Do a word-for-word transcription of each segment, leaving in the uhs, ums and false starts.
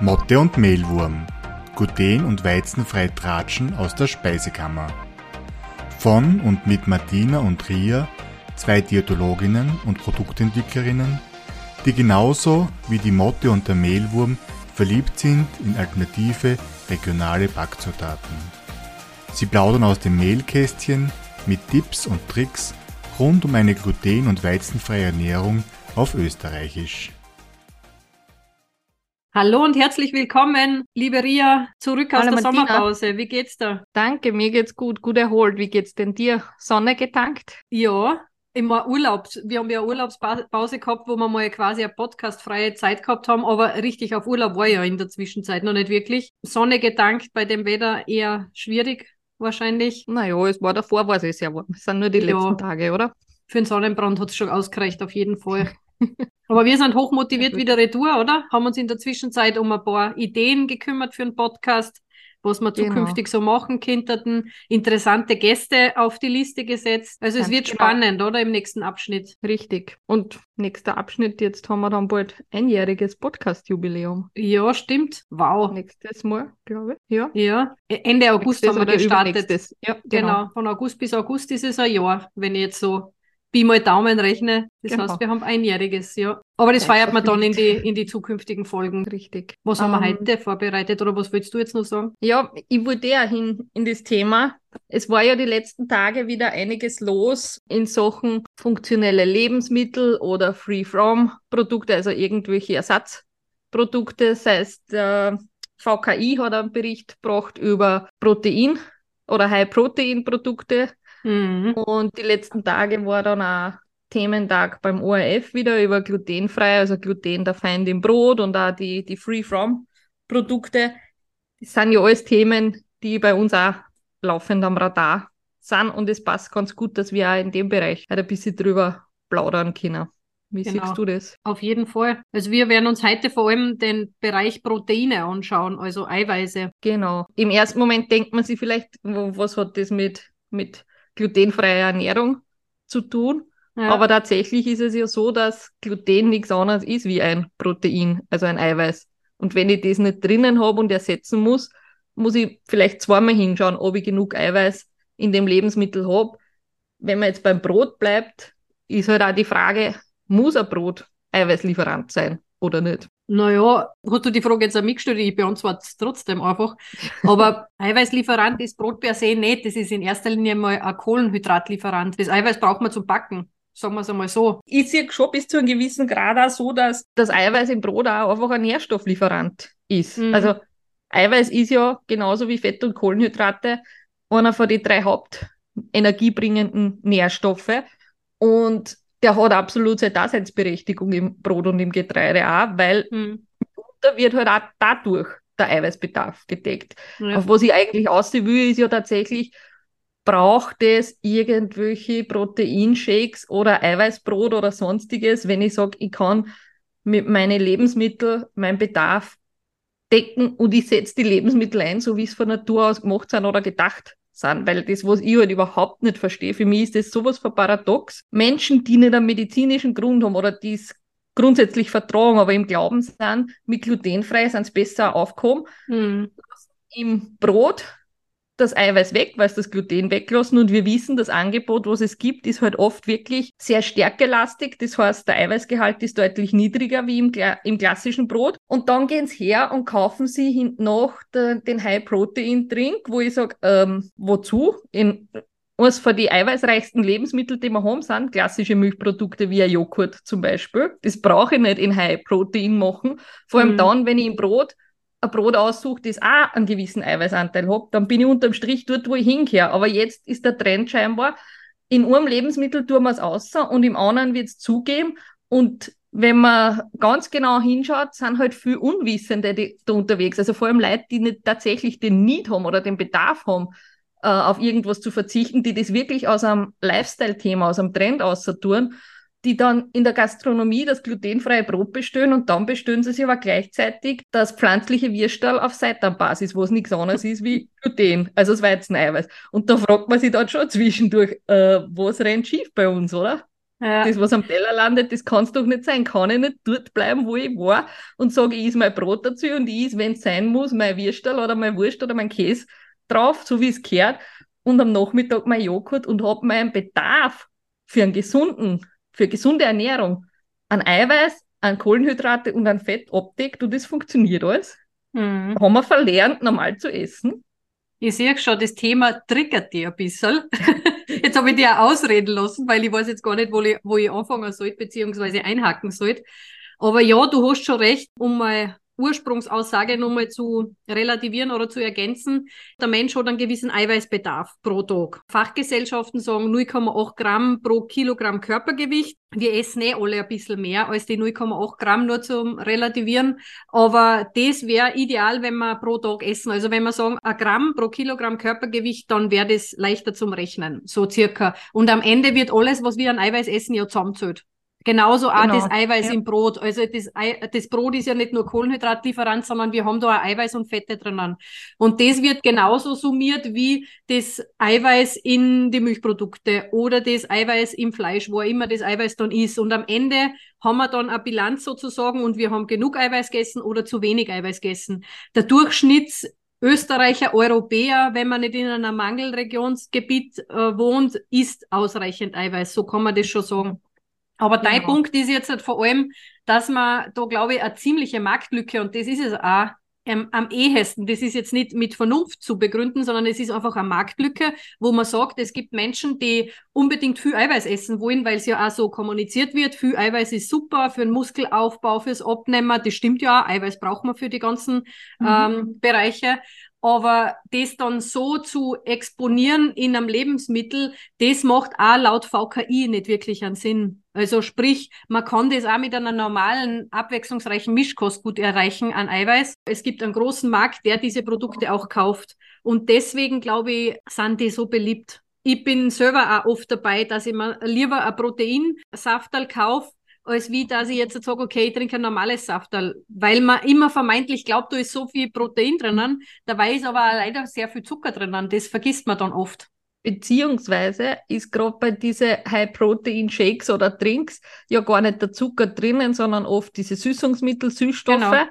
Motte und Mehlwurm. Gluten- und weizenfrei Tratschen aus der Speisekammer. Von und mit Martina und Ria, zwei Diätologinnen und Produktentwicklerinnen, die genauso wie die Motte und der Mehlwurm verliebt sind in alternative, regionale Backzutaten. Sie plaudern aus dem Mehlkästchen mit Tipps und Tricks rund um eine gluten- und weizenfreie Ernährung auf Österreichisch. Hallo und herzlich willkommen, liebe Ria, zurück aus Hallo, der Martina. Sommerpause. Wie geht's dir? Danke, mir geht's gut, gut erholt. Wie geht's denn dir? Sonne getankt? Ja, immer Urlaub. Wir haben ja eine Urlaubspause gehabt, wo wir mal quasi eine podcastfreie Zeit gehabt haben, aber richtig auf Urlaub war ja in der Zwischenzeit noch nicht wirklich. Sonne getankt, bei dem Wetter eher schwierig wahrscheinlich. Naja, es war davor, war es eh sehr warm. Es sind nur die Ja. letzten Tage, oder? Für den Sonnenbrand hat's schon ausgereicht, auf jeden Fall. Aber wir sind hochmotiviert wieder retour, oder? Haben uns in der Zwischenzeit um ein paar Ideen gekümmert für einen Podcast, was wir Genau. zukünftig so machen könnten, interessante Gäste auf die Liste gesetzt. Also es Ganz wird genau. spannend, oder? Im nächsten Abschnitt. Richtig. Und nächster Abschnitt, jetzt haben wir dann bald einjähriges Podcast-Jubiläum. Ja, stimmt. Wow. Nächstes Mal, glaube ich. Ja. Ja. Ende August Nächstes haben wir oder gestartet. übernächstes. Ja, Genau. genau. Von August bis August ist es ein Jahr, wenn ich jetzt so Pi mal Daumen rechne. Das Genau. heißt, wir haben einjähriges, ja. Aber das Zeit feiert man dann in verfliegt. die, in die zukünftigen Folgen. Richtig. Was haben wir Ähm, heute vorbereitet oder was willst du jetzt noch sagen? Ja, ich wollte ja hin in das Thema. Es war ja die letzten Tage wieder einiges los in Sachen funktionelle Lebensmittel oder Free-From-Produkte, also irgendwelche Ersatzprodukte. Das heißt, der V K I hat einen Bericht gebracht über Protein oder High-Protein-Produkte. Mhm. Und die letzten Tage war dann auch Thementag beim O R F wieder über glutenfrei, also Gluten der Feind im Brot und auch die, die Free-From-Produkte. Das sind ja alles Themen, die bei uns auch laufend am Radar sind und es passt ganz gut, dass wir auch in dem Bereich halt ein bisschen drüber plaudern können. Wie Genau. siehst du das? Auf jeden Fall. Also wir werden uns heute vor allem den Bereich Proteine anschauen, also Eiweiße. Genau. Im ersten Moment denkt man sich vielleicht, wo- was hat das mit, mit glutenfreier Ernährung zu tun? Ja. Aber tatsächlich ist es ja so, dass Gluten nichts anderes ist wie ein Protein, also ein Eiweiß. Und wenn ich das nicht drinnen habe und ersetzen muss, muss ich vielleicht zweimal hinschauen, ob ich genug Eiweiß in dem Lebensmittel habe. Wenn man jetzt beim Brot bleibt, ist halt auch die Frage, muss ein Brot Eiweißlieferant sein oder nicht? Naja, hast du die Frage jetzt an mich gestellt? Ich beantworte es trotzdem einfach. Aber Eiweißlieferant ist Brot per se nicht. Das ist in erster Linie mal ein Kohlenhydratlieferant. Das Eiweiß braucht man zum Backen. Sagen wir es einmal so. Ich sehe schon bis zu einem gewissen Grad auch so, dass das Eiweiß im Brot auch einfach ein Nährstofflieferant ist. Mhm. Also Also Eiweiß ist ja genauso wie Fett und Kohlenhydrate einer von den drei hauptenergiebringenden Nährstoffe. Und der hat absolut seine Daseinsberechtigung im Brot und im Getreide auch, weil hm, da wird halt auch dadurch der Eiweißbedarf gedeckt. ja. Auf was ich eigentlich aussehen will, ist ja tatsächlich, braucht es irgendwelche Proteinshakes oder Eiweißbrot oder sonstiges, wenn ich sage, ich kann mit meinen Lebensmitteln meinen Bedarf decken und ich setze die Lebensmittel ein, so wie es von Natur aus gemacht sind oder gedacht sind. Weil das, was ich halt überhaupt nicht verstehe, für mich ist das sowas von paradox. Menschen, die nicht einen medizinischen Grund haben oder die es grundsätzlich vertragen, aber im Glauben sind, mit glutenfrei sind sie besser aufgehoben, Hm. im Brot das Eiweiß weg, weil es das Gluten weglassen und wir wissen, das Angebot, was es gibt, ist halt oft wirklich sehr stärkelastig. Das heißt, der Eiweißgehalt ist deutlich niedriger wie im, Kla- im klassischen Brot. Und dann gehen sie her und kaufen sie hinten noch de, den High-Protein-Drink, wo ich sage, ähm, wozu? In, eines von die eiweißreichsten Lebensmittel, die wir haben, sind klassische Milchprodukte wie ein Joghurt zum Beispiel. Das brauche ich nicht in High-Protein machen. Vor allem Hm. dann, wenn ich im Brot ein Brot aussucht, das auch einen gewissen Eiweißanteil hat, dann bin ich unterm Strich dort, wo ich hingehöre. Aber jetzt ist der Trend scheinbar, in einem Lebensmittel tun wir es außer und im anderen wird es zugeben. Und wenn man ganz genau hinschaut, sind halt viele Unwissende die, da unterwegs. Also vor allem Leute, die nicht tatsächlich den Need haben oder den Bedarf haben, äh, auf irgendwas zu verzichten, die das wirklich aus einem Lifestyle-Thema, aus einem Trend außer tun, die dann in der Gastronomie das glutenfreie Brot bestellen und dann bestellen sie sich aber gleichzeitig das pflanzliche Würstel auf Seitanbasis, wo es nichts anderes ist wie Gluten, also das Weizeneiweiß. Und da fragt man sich dann schon zwischendurch, äh, was rennt schief bei uns, oder? Ja. Das, was am Teller landet, das kann es doch nicht sein. Kann ich nicht dort bleiben, wo ich war und sage, ich is mein Brot dazu und ich is, wenn es sein muss, mein Würstel oder mein Wurst oder mein Käse drauf, so wie es gehört, und am Nachmittag mein Joghurt und habe meinen Bedarf für einen gesunden, für gesunde Ernährung an Eiweiß, an Kohlenhydrate und an Fett abdeckt und das funktioniert alles. Mhm. Haben wir verlernt, normal zu essen. Ich sehe schon, das Thema triggert dich ein bisschen. Jetzt habe ich dir auch ausreden lassen, weil ich weiß jetzt gar nicht, wo ich, wo ich anfangen sollte, beziehungsweise einhaken sollte. Aber ja, du hast schon recht, um mal Ursprungsaussage nochmal zu relativieren oder zu ergänzen. Der Mensch hat einen gewissen Eiweißbedarf pro Tag. Fachgesellschaften sagen null Komma acht Gramm pro Kilogramm Körpergewicht. Wir essen eh alle ein bisschen mehr als die null Komma acht Gramm, nur zum Relativieren. Aber das wäre ideal, wenn wir pro Tag essen. Also wenn wir sagen, ein Gramm pro Kilogramm Körpergewicht, dann wäre das leichter zum Rechnen, so circa. Und am Ende wird alles, was wir an Eiweiß essen, ja zusammenzählt. Genauso auch Genau. das Eiweiß Ja. im Brot. Also das, Ei, das Brot ist ja nicht nur Kohlenhydratlieferant, sondern wir haben da auch Eiweiß und Fette drinnen. Und das wird genauso summiert wie das Eiweiß in die Milchprodukte oder das Eiweiß im Fleisch, wo immer das Eiweiß dann ist. Und am Ende haben wir dann eine Bilanz sozusagen und wir haben genug Eiweiß gegessen oder zu wenig Eiweiß gegessen. Der Durchschnitts Österreicher, Europäer, wenn man nicht in einem Mangelregionsgebiet äh, wohnt, isst ausreichend Eiweiß. So kann man das schon sagen. Aber dein Genau. Punkt ist jetzt halt vor allem, dass man da, glaube ich, eine ziemliche Marktlücke, und das ist es auch ähm, am ehesten, das ist jetzt nicht mit Vernunft zu begründen, sondern es ist einfach eine Marktlücke, wo man sagt, es gibt Menschen, die unbedingt viel Eiweiß essen wollen, weil es ja auch so kommuniziert wird, viel Eiweiß ist super für den Muskelaufbau, fürs Abnehmen, das stimmt ja auch, Eiweiß braucht man für die ganzen Mhm. ähm, Bereiche. Aber das dann so zu exponieren in einem Lebensmittel, das macht auch laut V K I nicht wirklich einen Sinn. Also sprich, man kann das auch mit einer normalen, abwechslungsreichen Mischkost gut erreichen an Eiweiß. Es gibt einen großen Markt, der diese Produkte auch kauft. Und deswegen, glaube ich, sind die so beliebt. Ich bin selber auch oft dabei, dass ich mir lieber ein Proteinsafterl kaufe, als wie, dass ich jetzt sage, okay, ich trinke ein normales Safterl. Weil man immer vermeintlich glaubt, da ist so viel Protein drinnen, dabei ist aber auch leider sehr viel Zucker drinnen. Das vergisst man dann oft. Beziehungsweise ist gerade bei diesen High-Protein-Shakes oder Drinks ja gar nicht der Zucker drinnen, sondern oft diese Süßungsmittel, Süßstoffe. Genau.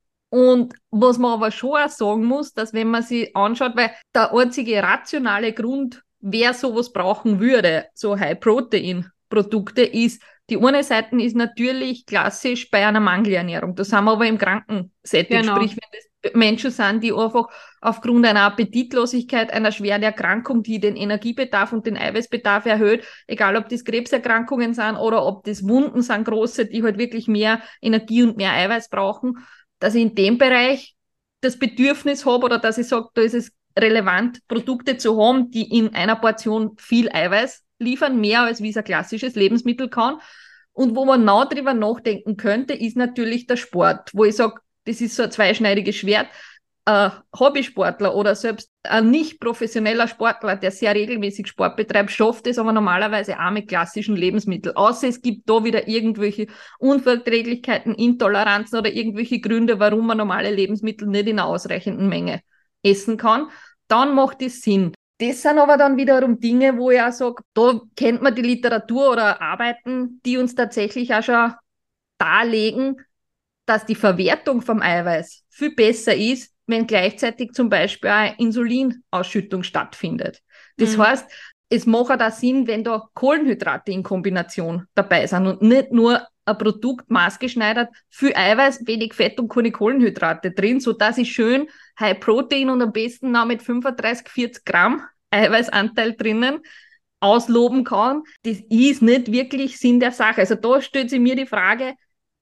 Und was man aber schon auch sagen muss, dass wenn man sich anschaut, weil der einzige rationale Grund, wer sowas brauchen würde, so High-Protein-Produkte, ist, die eine Seite ist natürlich klassisch bei einer Mangelernährung. Da sind wir aber im Krankensetting. Genau. Sprich, wenn das Menschen sind, die einfach aufgrund einer Appetitlosigkeit, einer schweren Erkrankung, die den Energiebedarf und den Eiweißbedarf erhöht, egal ob das Krebserkrankungen sind oder ob das Wunden sind, große, die halt wirklich mehr Energie und mehr Eiweiß brauchen, dass ich in dem Bereich das Bedürfnis habe oder dass ich sage, da ist es relevant, Produkte zu haben, die in einer Portion viel Eiweiß liefern, mehr als wie es ein klassisches Lebensmittel kann. Und wo man nah drüber nachdenken könnte, ist natürlich der Sport, wo ich sage, das ist so ein zweischneidiges Schwert. Ein Hobbysportler oder selbst ein nicht professioneller Sportler, der sehr regelmäßig Sport betreibt, schafft es aber normalerweise auch mit klassischen Lebensmitteln. Außer es gibt da wieder irgendwelche Unverträglichkeiten, Intoleranzen oder irgendwelche Gründe, warum man normale Lebensmittel nicht in einer ausreichenden Menge essen kann. Dann macht es Sinn. Das sind aber dann wiederum Dinge, wo ich auch sage, da kennt man die Literatur oder Arbeiten, die uns tatsächlich auch schon darlegen, dass die Verwertung vom Eiweiß viel besser ist, wenn gleichzeitig zum Beispiel auch eine Insulinausschüttung stattfindet. Das Mhm. heißt, es macht auch Sinn, wenn da Kohlenhydrate in Kombination dabei sind und nicht nur ein Produkt maßgeschneidert, viel Eiweiß, wenig Fett und keine Kohlenhydrate drin, sodass ich schön High Protein und am besten noch mit fünfunddreißig, vierzig Gramm Eiweißanteil drinnen ausloben kann. Das ist nicht wirklich Sinn der Sache. Also da stellt sich mir die Frage,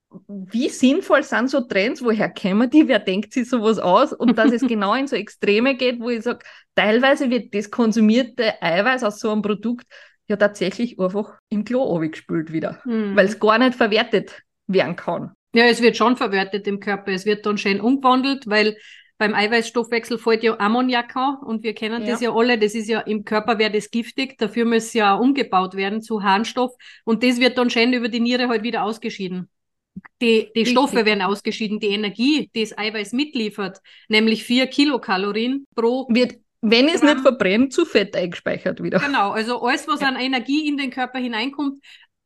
wie sinnvoll sind so Trends, woher kämen die, wer denkt sich sowas aus und dass es genau in so Extreme geht, wo ich sage, teilweise wird das konsumierte Eiweiß aus so einem Produkt ja tatsächlich einfach im Klo abgespült wieder, Mhm. weil es gar nicht verwertet werden kann. Ja, es wird schon verwertet im Körper. Es wird dann schön umgewandelt, weil beim Eiweißstoffwechsel fällt ja Ammoniak an und wir kennen das ja alle. Das ist ja im Körper wäre das giftig. Dafür muss ja auch umgebaut werden zu Harnstoff und das wird dann schön über die Niere halt wieder ausgeschieden. Die, die Stoffe werden ausgeschieden, die Energie, die das Eiweiß mitliefert, nämlich vier Kilokalorien pro Wird, wenn es Gramm. nicht verbrennt, zu Fett eingespeichert wieder. Genau, also alles, was an Energie in den Körper hineinkommt,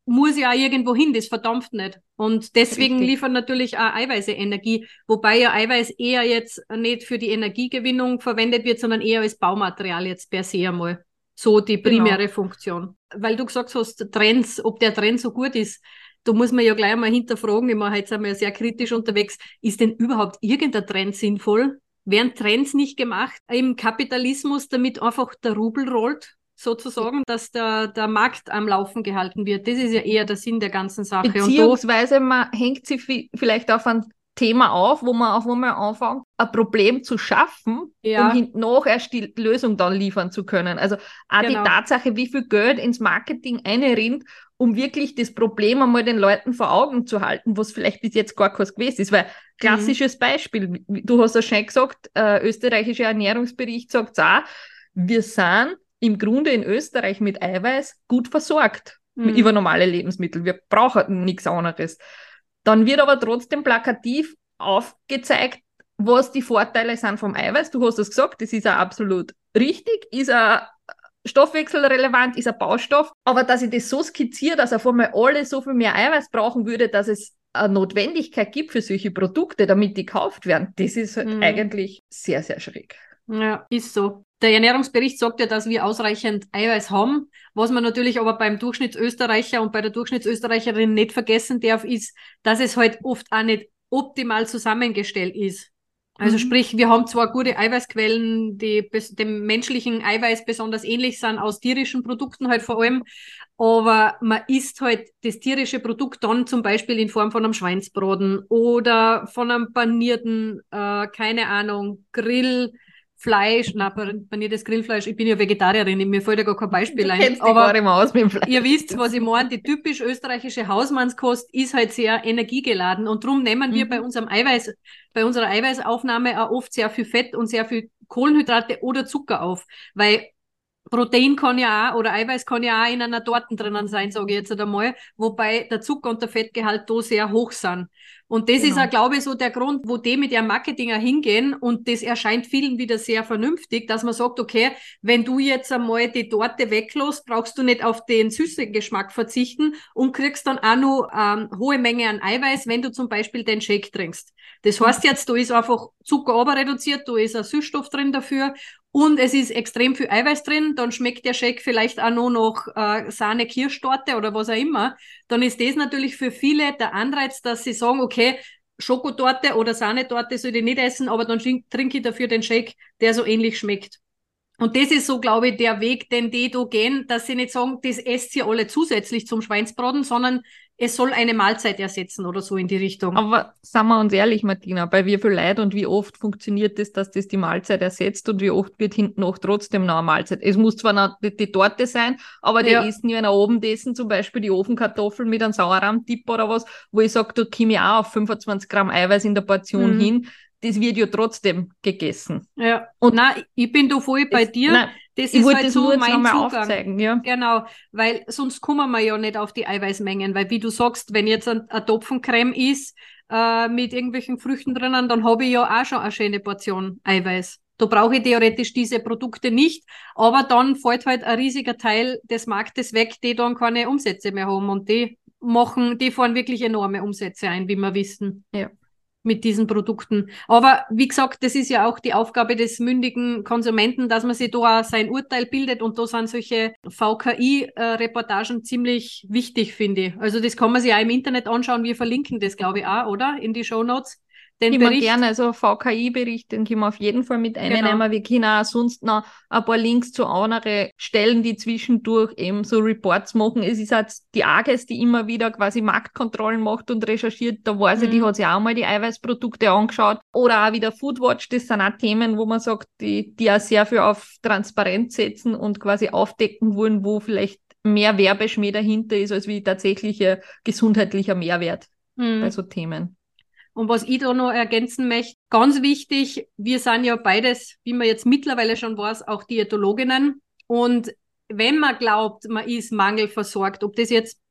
muss ja auch irgendwo hin, das verdampft nicht. Und deswegen Richtig. liefern natürlich auch Eiweiße Energie, wobei ja Eiweiß eher jetzt nicht für die Energiegewinnung verwendet wird, sondern eher als Baumaterial jetzt per se einmal. So die primäre Genau. Funktion. Weil du gesagt hast, Trends, ob der Trend so gut ist, da muss man ja gleich mal hinterfragen, ich meine, jetzt sind wir ja sehr kritisch unterwegs, ist denn überhaupt irgendein Trend sinnvoll? Werden Trends nicht gemacht im Kapitalismus, damit einfach der Rubel rollt, sozusagen, dass der, der Markt am Laufen gehalten wird? Das ist ja eher der Sinn der ganzen Sache. Und da, Beziehungsweise man hängt sich vi- vielleicht auf ein Thema auf, wo man auf einmal anfängt, ein Problem zu schaffen, Ja. um hinten noch erst die Lösung dann liefern zu können. Also auch Genau. die Tatsache, wie viel Geld ins Marketing einrinnt, um wirklich das Problem einmal den Leuten vor Augen zu halten, was vielleicht bis jetzt gar keins gewesen ist. Weil, klassisches Beispiel, du hast ja schon gesagt, äh, österreichischer Ernährungsbericht sagt auch, wir sind im Grunde in Österreich mit Eiweiß gut versorgt, Mhm. über normale Lebensmittel. Wir brauchen nichts anderes. Dann wird aber trotzdem plakativ aufgezeigt, was die Vorteile sind vom Eiweiß. Du hast es gesagt, das ist auch absolut richtig, ist auch stoffwechselrelevant, ist ein Baustoff. Aber dass ich das so skizziere, dass auf einmal alle so viel mehr Eiweiß brauchen würde, dass es eine Notwendigkeit gibt für solche Produkte, damit die gekauft werden, das ist halt Mhm. eigentlich sehr, sehr schräg. Ja, ist so. Der Ernährungsbericht sagt ja, dass wir ausreichend Eiweiß haben. Was man natürlich aber beim Durchschnittsösterreicher und bei der Durchschnittsösterreicherin nicht vergessen darf, ist, dass es halt oft auch nicht optimal zusammengestellt ist. Also Mhm. sprich, wir haben zwar gute Eiweißquellen, die bes- dem menschlichen Eiweiß besonders ähnlich sind, aus tierischen Produkten halt vor allem, aber man isst halt das tierische Produkt dann zum Beispiel in Form von einem Schweinsbraten oder von einem panierten, äh, keine Ahnung, Grillfleisch, na, paniertes Grillfleisch, ich bin ja Vegetarierin, mir fällt ja gar kein Beispiel Du ein, kennst dich gar aber nicht mehr aus mit dem Fleisch. ihr wisst, was ich meine, die typisch österreichische Hausmannskost ist halt sehr energiegeladen und darum nehmen wir Mhm. bei unserem Eiweiß, bei unserer Eiweißaufnahme auch oft sehr viel Fett und sehr viel Kohlenhydrate oder Zucker auf, weil Protein kann ja auch, oder Eiweiß kann ja auch in einer Torte drinnen sein, sage ich jetzt einmal, wobei der Zucker- und der Fettgehalt da sehr hoch sind. Und das ist Genau. auch, glaube ich, so der Grund, wo die mit ihrem Marketing auch hingehen und das erscheint vielen wieder sehr vernünftig, dass man sagt, okay, wenn du jetzt einmal die Torte weglässt, brauchst du nicht auf den süßen Geschmack verzichten und kriegst dann auch noch ähm, hohe Menge an Eiweiß, wenn du zum Beispiel den Shake trinkst. Das heißt jetzt, da ist einfach Zucker aber reduziert, da ist ein Süßstoff drin dafür und es ist extrem viel Eiweiß drin, dann schmeckt der Shake vielleicht auch noch nach äh, Sahne-Kirschtorte oder was auch immer. Dann ist das natürlich für viele der Anreiz, dass sie sagen, okay, Schokotorte oder Sahnetorte soll ich nicht essen, aber dann trinke ich dafür den Shake, der so ähnlich schmeckt. Und das ist so, glaube ich, der Weg, den die da gehen, dass sie nicht sagen, das esst ihr alle zusätzlich zum Schweinsbraten, sondern es soll eine Mahlzeit ersetzen oder so in die Richtung. Aber sagen wir uns ehrlich, Martina, bei wie viel Leid und wie oft funktioniert das, dass das die Mahlzeit ersetzt und wie oft wird hinten noch trotzdem noch eine Mahlzeit? Es muss zwar noch die, die Torte sein, aber die Ja. essen ja in oben dessen, zum Beispiel die Ofenkartoffeln mit einem Sauerrahm-Dip oder was, wo ich sage, da komme ich auch auf fünfundzwanzig Gramm Eiweiß in der Portion Mhm. hin. Das wird ja trotzdem gegessen. Ja, Und nein, ich bin da voll bei es, dir. nein, Das ich ist wollte halt das so nur jetzt mein nochmal Zugang. aufzeigen, ja. Genau, weil sonst kommen wir ja nicht auf die Eiweißmengen, weil wie du sagst, wenn jetzt ein, ein Topfencreme ist äh, mit irgendwelchen Früchten drinnen, dann habe ich ja auch schon eine schöne Portion Eiweiß. Da brauche ich theoretisch diese Produkte nicht, aber dann fällt halt ein riesiger Teil des Marktes weg, die dann keine Umsätze mehr haben und die machen, die fahren wirklich enorme Umsätze ein, wie wir wissen. Ja. Mit diesen Produkten. Aber wie gesagt, das ist ja auch die Aufgabe des mündigen Konsumenten, dass man sich da auch sein Urteil bildet und da sind solche V K I-Reportagen ziemlich wichtig, finde ich. Also das kann man sich auch im Internet anschauen, wir verlinken das, glaube ich, auch, oder? In die Shownotes. Den Immer Bericht. gerne, also V K I-Bericht, den können wir auf jeden Fall mit Genau. einnehmen. Wir können auch sonst noch ein paar Links zu anderen Stellen, die zwischendurch eben so Reports machen. Es ist halt die AGES, die immer wieder quasi Marktkontrollen macht und recherchiert. Da weiß ich, die Mhm. hat sich auch mal die Eiweißprodukte angeschaut. Oder auch wieder Foodwatch, das sind auch Themen, wo man sagt, die, die auch sehr viel auf Transparenz setzen und quasi aufdecken wollen, wo vielleicht mehr Werbeschmäh dahinter ist, als wie tatsächlicher gesundheitlicher Mehrwert Mhm. bei so Themen. Und was ich da noch ergänzen möchte, ganz wichtig, wir sind ja beides, wie man jetzt mittlerweile schon weiß, auch Diätologinnen. Und wenn man glaubt, man ist mangelversorgt, ob das jetzt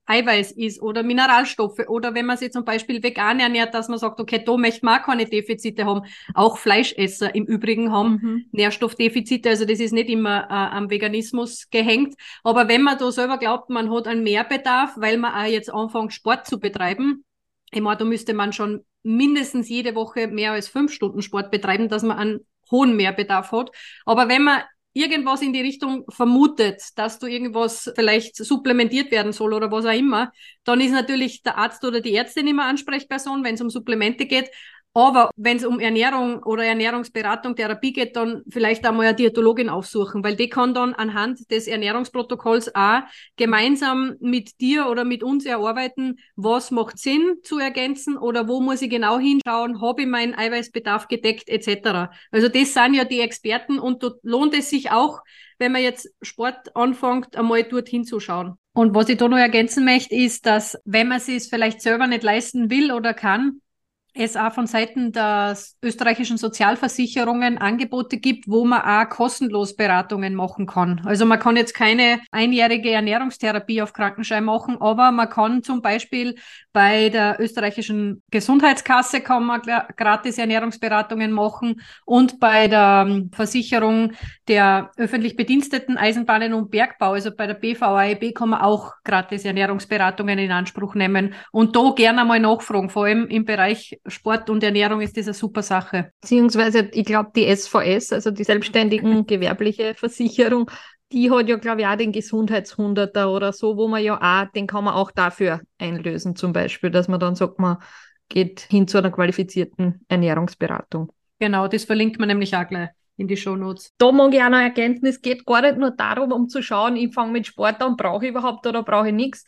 Eiweiß isst oder Mineralstoffe oder wenn man sich zum Beispiel vegan ernährt, dass man sagt, okay, da möchte man auch keine Defizite haben. Auch Fleischesser im Übrigen haben Mhm. Nährstoffdefizite, also das ist nicht immer äh, am Veganismus gehängt. Aber wenn man da selber glaubt, man hat einen Mehrbedarf, weil man auch jetzt anfängt, Sport zu betreiben, ich meine, da müsste man schon mindestens jede Woche mehr als fünf Stunden Sport betreiben, dass man einen hohen Mehrbedarf hat. Aber wenn man irgendwas in die Richtung vermutet, dass du irgendwas vielleicht supplementiert werden soll oder was auch immer, dann ist natürlich der Arzt oder die Ärztin immer Ansprechperson, wenn es um Supplemente geht. Aber wenn es um Ernährung oder Ernährungsberatung, Therapie geht, dann vielleicht einmal eine Diätologin aufsuchen, weil die kann dann anhand des Ernährungsprotokolls auch gemeinsam mit dir oder mit uns erarbeiten, was macht Sinn zu ergänzen oder wo muss ich genau hinschauen, habe ich meinen Eiweißbedarf gedeckt et cetera. Also das sind ja die Experten und dort lohnt es sich auch, wenn man jetzt Sport anfängt, einmal dort hinzuschauen. Und was ich da noch ergänzen möchte, ist, dass wenn man es vielleicht selber nicht leisten will oder kann, es auch von Seiten der österreichischen Sozialversicherungen Angebote gibt, wo man auch kostenlos Beratungen machen kann. Also man kann jetzt keine einjährige Ernährungstherapie auf Krankenschein machen, aber man kann zum Beispiel bei der österreichischen Gesundheitskasse kann man gratis Ernährungsberatungen machen und bei der Versicherung der öffentlich Bediensteten Eisenbahnen und Bergbau, also bei der B V A E B, kann man auch gratis Ernährungsberatungen in Anspruch nehmen und da gerne einmal nachfragen, vor allem im Bereich Sport und Ernährung ist das eine super Sache. Beziehungsweise, ich glaube, die S V S, also die selbstständigen gewerbliche Versicherung, die hat ja, glaube ich, auch den Gesundheitshunderter oder so, wo man ja auch, den kann man auch dafür einlösen, zum Beispiel, dass man dann sagt, man geht hin zu einer qualifizierten Ernährungsberatung. Genau, das verlinkt man nämlich auch gleich in die Shownotes. Da mag ich auch noch ergänzen, es geht gar nicht nur darum, um zu schauen, ich fange mit Sport an, brauche ich überhaupt oder brauche ich nichts.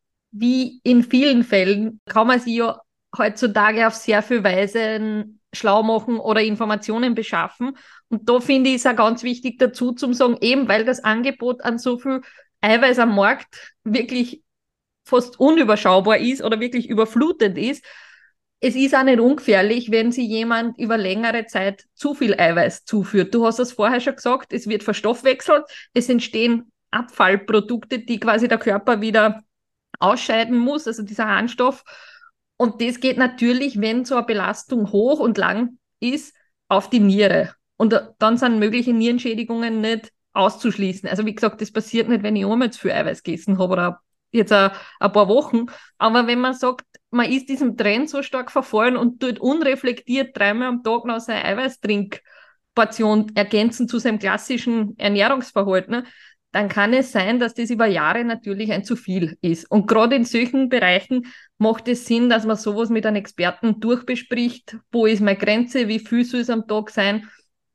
Wie in vielen Fällen kann man sich ja heutzutage auf sehr viele Weisen schlau machen oder Informationen beschaffen. Und da finde ich es auch ganz wichtig dazu zu sagen, eben weil das Angebot an so viel Eiweiß am Markt wirklich fast unüberschaubar ist oder wirklich überflutet ist, es ist auch nicht ungefährlich, wenn sich jemand über längere Zeit zu viel Eiweiß zuführt. Du hast es vorher schon gesagt, es wird verstoffwechselt, es entstehen Abfallprodukte, die quasi der Körper wieder ausscheiden muss, also dieser Harnstoff. Und das geht natürlich, wenn so eine Belastung hoch und lang ist, auf die Niere. Und dann sind mögliche Nierenschädigungen nicht auszuschließen. Also wie gesagt, das passiert nicht, wenn ich einmal zu viel Eiweiß gegessen habe oder jetzt ein, ein paar Wochen. Aber wenn man sagt, man ist diesem Trend so stark verfallen und tut unreflektiert dreimal am Tag noch seine Eiweißtrinkportion ergänzen zu seinem klassischen Ernährungsverhalten, dann kann es sein, dass das über Jahre natürlich ein zu viel ist. Und gerade in solchen Bereichen macht es Sinn, dass man sowas mit einem Experten durchbespricht. Wo ist meine Grenze? Wie viel soll es am Tag sein?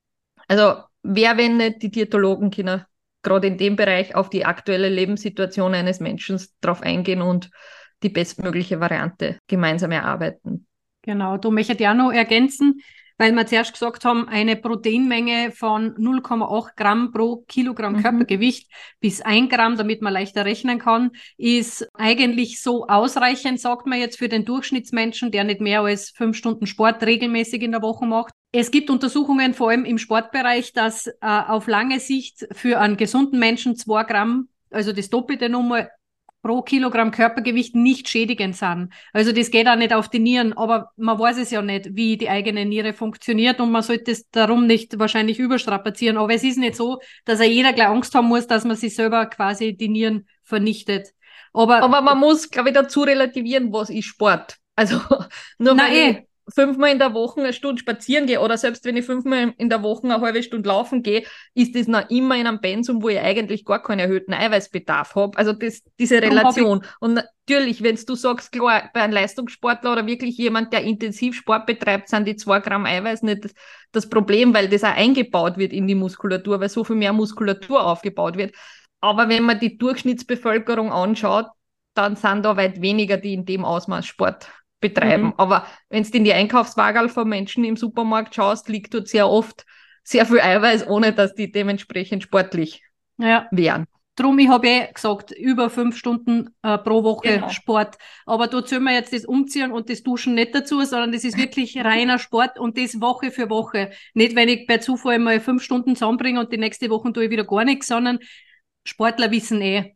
Also wer, wenn nicht die Diätologen, können gerade in dem Bereich auf die aktuelle Lebenssituation eines Menschen drauf eingehen und die bestmögliche Variante gemeinsam erarbeiten. Genau, da möchte ich auch noch ergänzen, weil wir zuerst gesagt haben, eine Proteinmenge von null Komma acht Gramm pro Kilogramm Mhm. Körpergewicht bis ein Gramm, damit man leichter rechnen kann, ist eigentlich so ausreichend, sagt man jetzt, für den Durchschnittsmenschen, der nicht mehr als fünf Stunden Sport regelmäßig in der Woche macht. Es gibt Untersuchungen, vor allem im Sportbereich, dass äh, auf lange Sicht für einen gesunden Menschen zwei Gramm, also das Doppelte nochmal, pro Kilogramm Körpergewicht nicht schädigend sind. Also das geht auch nicht auf die Nieren, aber man weiß es ja nicht, wie die eigene Niere funktioniert und man sollte es darum nicht wahrscheinlich überstrapazieren. Aber es ist nicht so, dass ja jeder gleich Angst haben muss, dass man sich selber quasi die Nieren vernichtet. Aber, Aber man muss, glaube ich, dazu relativieren, was ist Sport. Also nur Na weil eh. ich fünfmal in der Woche eine Stunde spazieren gehe oder selbst wenn ich fünfmal in der Woche eine halbe Stunde laufen gehe, ist das noch immer in einem Pensum, wo ich eigentlich gar keinen erhöhten Eiweißbedarf habe. Also das, diese Darum hab Relation. Und natürlich, wenn du sagst, klar, bei einem Leistungssportler oder wirklich jemand, der intensiv Sport betreibt, sind die zwei Gramm Eiweiß nicht das, das Problem, weil das auch eingebaut wird in die Muskulatur, weil so viel mehr Muskulatur aufgebaut wird. Aber wenn man die Durchschnittsbevölkerung anschaut, dann sind da weit weniger, die in dem Ausmaß Sport betreiben. Mhm. Aber wenn du in die Einkaufswagen von Menschen im Supermarkt schaust, liegt dort sehr oft sehr viel Eiweiß, ohne dass die dementsprechend sportlich ja. wären. Drum, ich habe eh gesagt, über fünf Stunden äh, pro Woche Genau. Sport. Aber da zählen wir jetzt das Umziehen und das Duschen nicht dazu, sondern das ist wirklich reiner Sport und das Woche für Woche. Nicht, wenn ich bei Zufall mal fünf Stunden zusammenbringe und die nächste Woche tue ich wieder gar nichts, sondern Sportler wissen eh,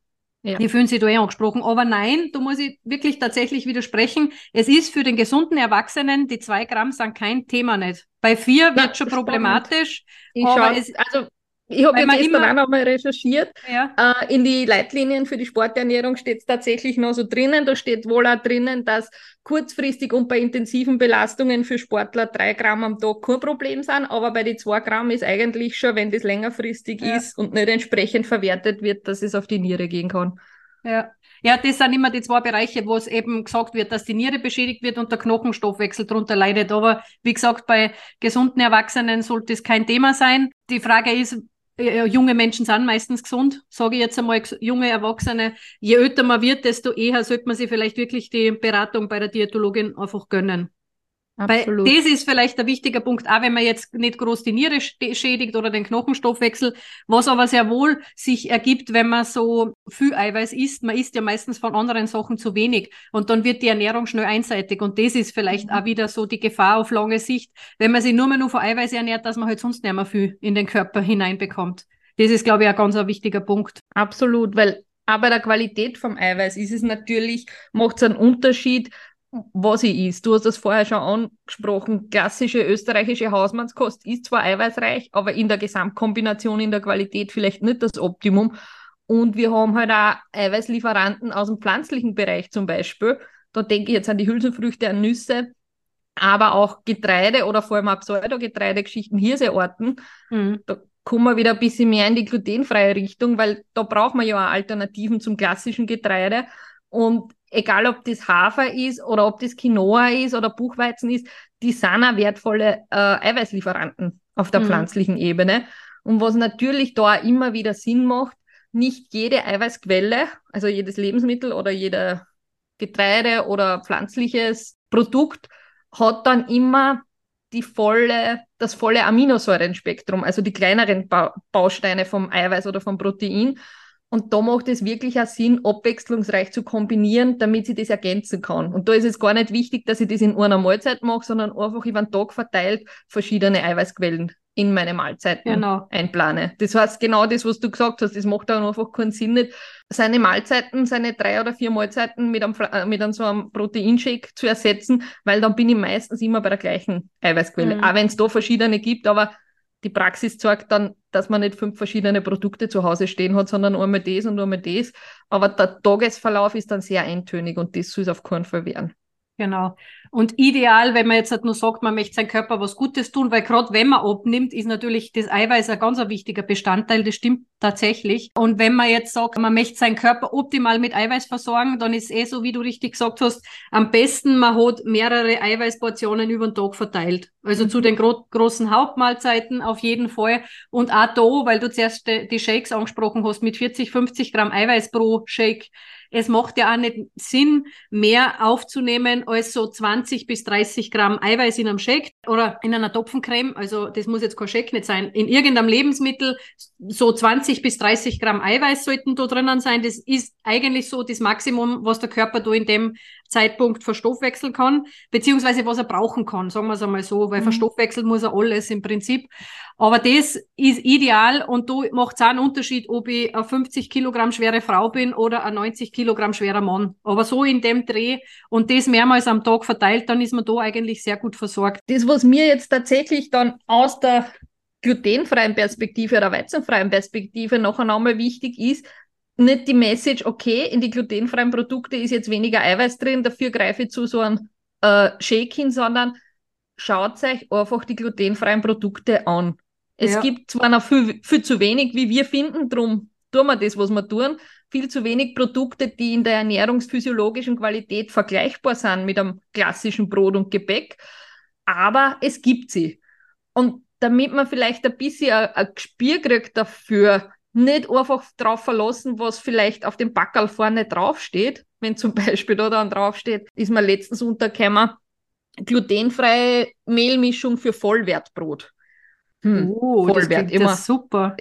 Ja. Die fühlen sich da eh angesprochen. Aber nein, da muss ich wirklich tatsächlich widersprechen. Es ist für den gesunden Erwachsenen, die zwei Gramm sind kein Thema nicht. Bei vier wird Na, schon spannend. problematisch. Ich aber schau, es, also ich habe weil ja man gestern immer- auch noch mal recherchiert. ja, Äh, in die Leitlinien für die Sporternährung steht es tatsächlich noch so drinnen. Da steht wohl auch drinnen, dass kurzfristig und bei intensiven Belastungen für Sportler drei Gramm am Tag kein Problem sind. Aber bei den zwei Gramm ist eigentlich schon, wenn das längerfristig Ja. ist und nicht entsprechend verwertet wird, dass es auf die Niere gehen kann. ja. Ja, das sind immer die zwei Bereiche, wo es eben gesagt wird, dass die Niere beschädigt wird und der Knochenstoffwechsel darunter leidet. Aber wie gesagt, bei gesunden Erwachsenen sollte es kein Thema sein. Die Frage ist, äh, junge Menschen sind meistens gesund, sage ich jetzt einmal, ges- junge Erwachsene. Je älter man wird, desto eher sollte man sich vielleicht wirklich die Beratung bei der Diätologin einfach gönnen. Weil Absolut. das ist vielleicht ein wichtiger Punkt, auch wenn man jetzt nicht groß die Niere sch- schädigt oder den Knochenstoffwechsel, was aber sehr wohl sich ergibt, wenn man so viel Eiweiß isst. Man isst ja meistens von anderen Sachen zu wenig und dann wird die Ernährung schnell einseitig und das ist vielleicht Mhm. auch wieder so die Gefahr auf lange Sicht, wenn man sich nur mehr nur von Eiweiß ernährt, dass man halt sonst nicht mehr viel in den Körper hineinbekommt. Das ist, glaube ich, ein ganz ein wichtiger Punkt. Absolut, weil auch bei der Qualität vom Eiweiß ist es natürlich, macht es einen Unterschied, was ich isst. Du hast das vorher schon angesprochen, klassische österreichische Hausmannskost ist zwar eiweißreich, aber in der Gesamtkombination, in der Qualität vielleicht nicht das Optimum. Und wir haben halt auch Eiweißlieferanten aus dem pflanzlichen Bereich zum Beispiel. Da denke ich jetzt an die Hülsenfrüchte, an Nüsse, aber auch Getreide oder vor allem auch Pseudogetreidegeschichten, Hirsearten. Mhm. Da kommen wir wieder ein bisschen mehr in die glutenfreie Richtung, weil da braucht man ja auch Alternativen zum klassischen Getreide. Und egal, ob das Hafer ist oder ob das Quinoa ist oder Buchweizen ist, die sind auch wertvolle äh, Eiweißlieferanten auf der Mhm. pflanzlichen Ebene. Und was natürlich da auch immer wieder Sinn macht, nicht jede Eiweißquelle, also jedes Lebensmittel oder jeder Getreide oder pflanzliches Produkt hat dann immer die volle, das volle Aminosäurenspektrum, also die kleineren ba Bausteine vom Eiweiß oder vom Protein. Und da macht es wirklich auch Sinn, abwechslungsreich zu kombinieren, damit sie das ergänzen kann. Und da ist es gar nicht wichtig, dass ich das in einer Mahlzeit mache, sondern einfach über den Tag verteilt verschiedene Eiweißquellen in meine Mahlzeiten Genau. einplane. Das heißt, genau das, was du gesagt hast, das macht dann einfach keinen Sinn nicht, seine Mahlzeiten, seine drei oder vier Mahlzeiten mit einem, Fla- mit einem so einem Proteinshake zu ersetzen, weil dann bin ich meistens immer bei der gleichen Eiweißquelle. Mhm. Auch wenn es da verschiedene gibt, aber die Praxis zeigt dann, dass man nicht fünf verschiedene Produkte zu Hause stehen hat, sondern einmal das und einmal das. Aber der Tagesverlauf ist dann sehr eintönig und das soll es auf keinen Fall werden. Genau. Und ideal, wenn man jetzt halt nur sagt, man möchte seinem Körper was Gutes tun, weil gerade wenn man abnimmt, ist natürlich das Eiweiß ein ganz ein wichtiger Bestandteil, das stimmt tatsächlich. Und wenn man jetzt sagt, man möchte seinen Körper optimal mit Eiweiß versorgen, dann ist eh so, wie du richtig gesagt hast, am besten, man hat mehrere Eiweißportionen über den Tag verteilt. Also Mhm. zu den gro großen Hauptmahlzeiten auf jeden Fall. Und auch da, weil du zuerst die, die Shakes angesprochen hast, mit vierzig, fünfzig Gramm Eiweiß pro Shake. Es macht ja auch nicht Sinn, mehr aufzunehmen als so zwanzig bis dreißig Gramm Eiweiß in einem Shake oder in einer Topfencreme. Also das muss jetzt kein Shake nicht sein. In irgendeinem Lebensmittel so zwanzig bis dreißig Gramm Eiweiß sollten da drinnen sein. Das ist eigentlich so das Maximum, was der Körper da in dem Zeitpunkt verstoffwechseln kann, beziehungsweise was er brauchen kann, sagen wir es einmal so, weil Mhm. verstoffwechseln muss er alles im Prinzip. Aber das ist ideal und da macht es auch einen Unterschied, ob ich eine fünfzig Kilogramm schwere Frau bin oder ein neunzig Kilogramm schwerer Mann. Aber so in dem Dreh und das mehrmals am Tag verteilt, dann ist man da eigentlich sehr gut versorgt. Das, was mir jetzt tatsächlich dann aus der glutenfreien Perspektive oder weizenfreien Perspektive noch einmal wichtig ist, nicht die Message, okay, in die glutenfreien Produkte ist jetzt weniger Eiweiß drin, dafür greife ich zu so einem äh, Shake hin, sondern schaut euch einfach die glutenfreien Produkte an. Es Ja. gibt zwar noch viel, viel zu wenig, wie wir finden, drum tun wir das, was wir tun, viel zu wenig Produkte, die in der ernährungsphysiologischen Qualität vergleichbar sind mit einem klassischen Brot und Gebäck, aber es gibt sie. Und damit man vielleicht ein bisschen ein, ein Gespür kriegt dafür, nicht einfach drauf verlassen, was vielleicht auf dem Packerl vorne draufsteht. Wenn zum Beispiel da dann draufsteht, ist mir letztens untergekommen, glutenfreie Mehlmischung für Vollwertbrot. Hm, Oh, das Vollwert, klingt ja immer. super.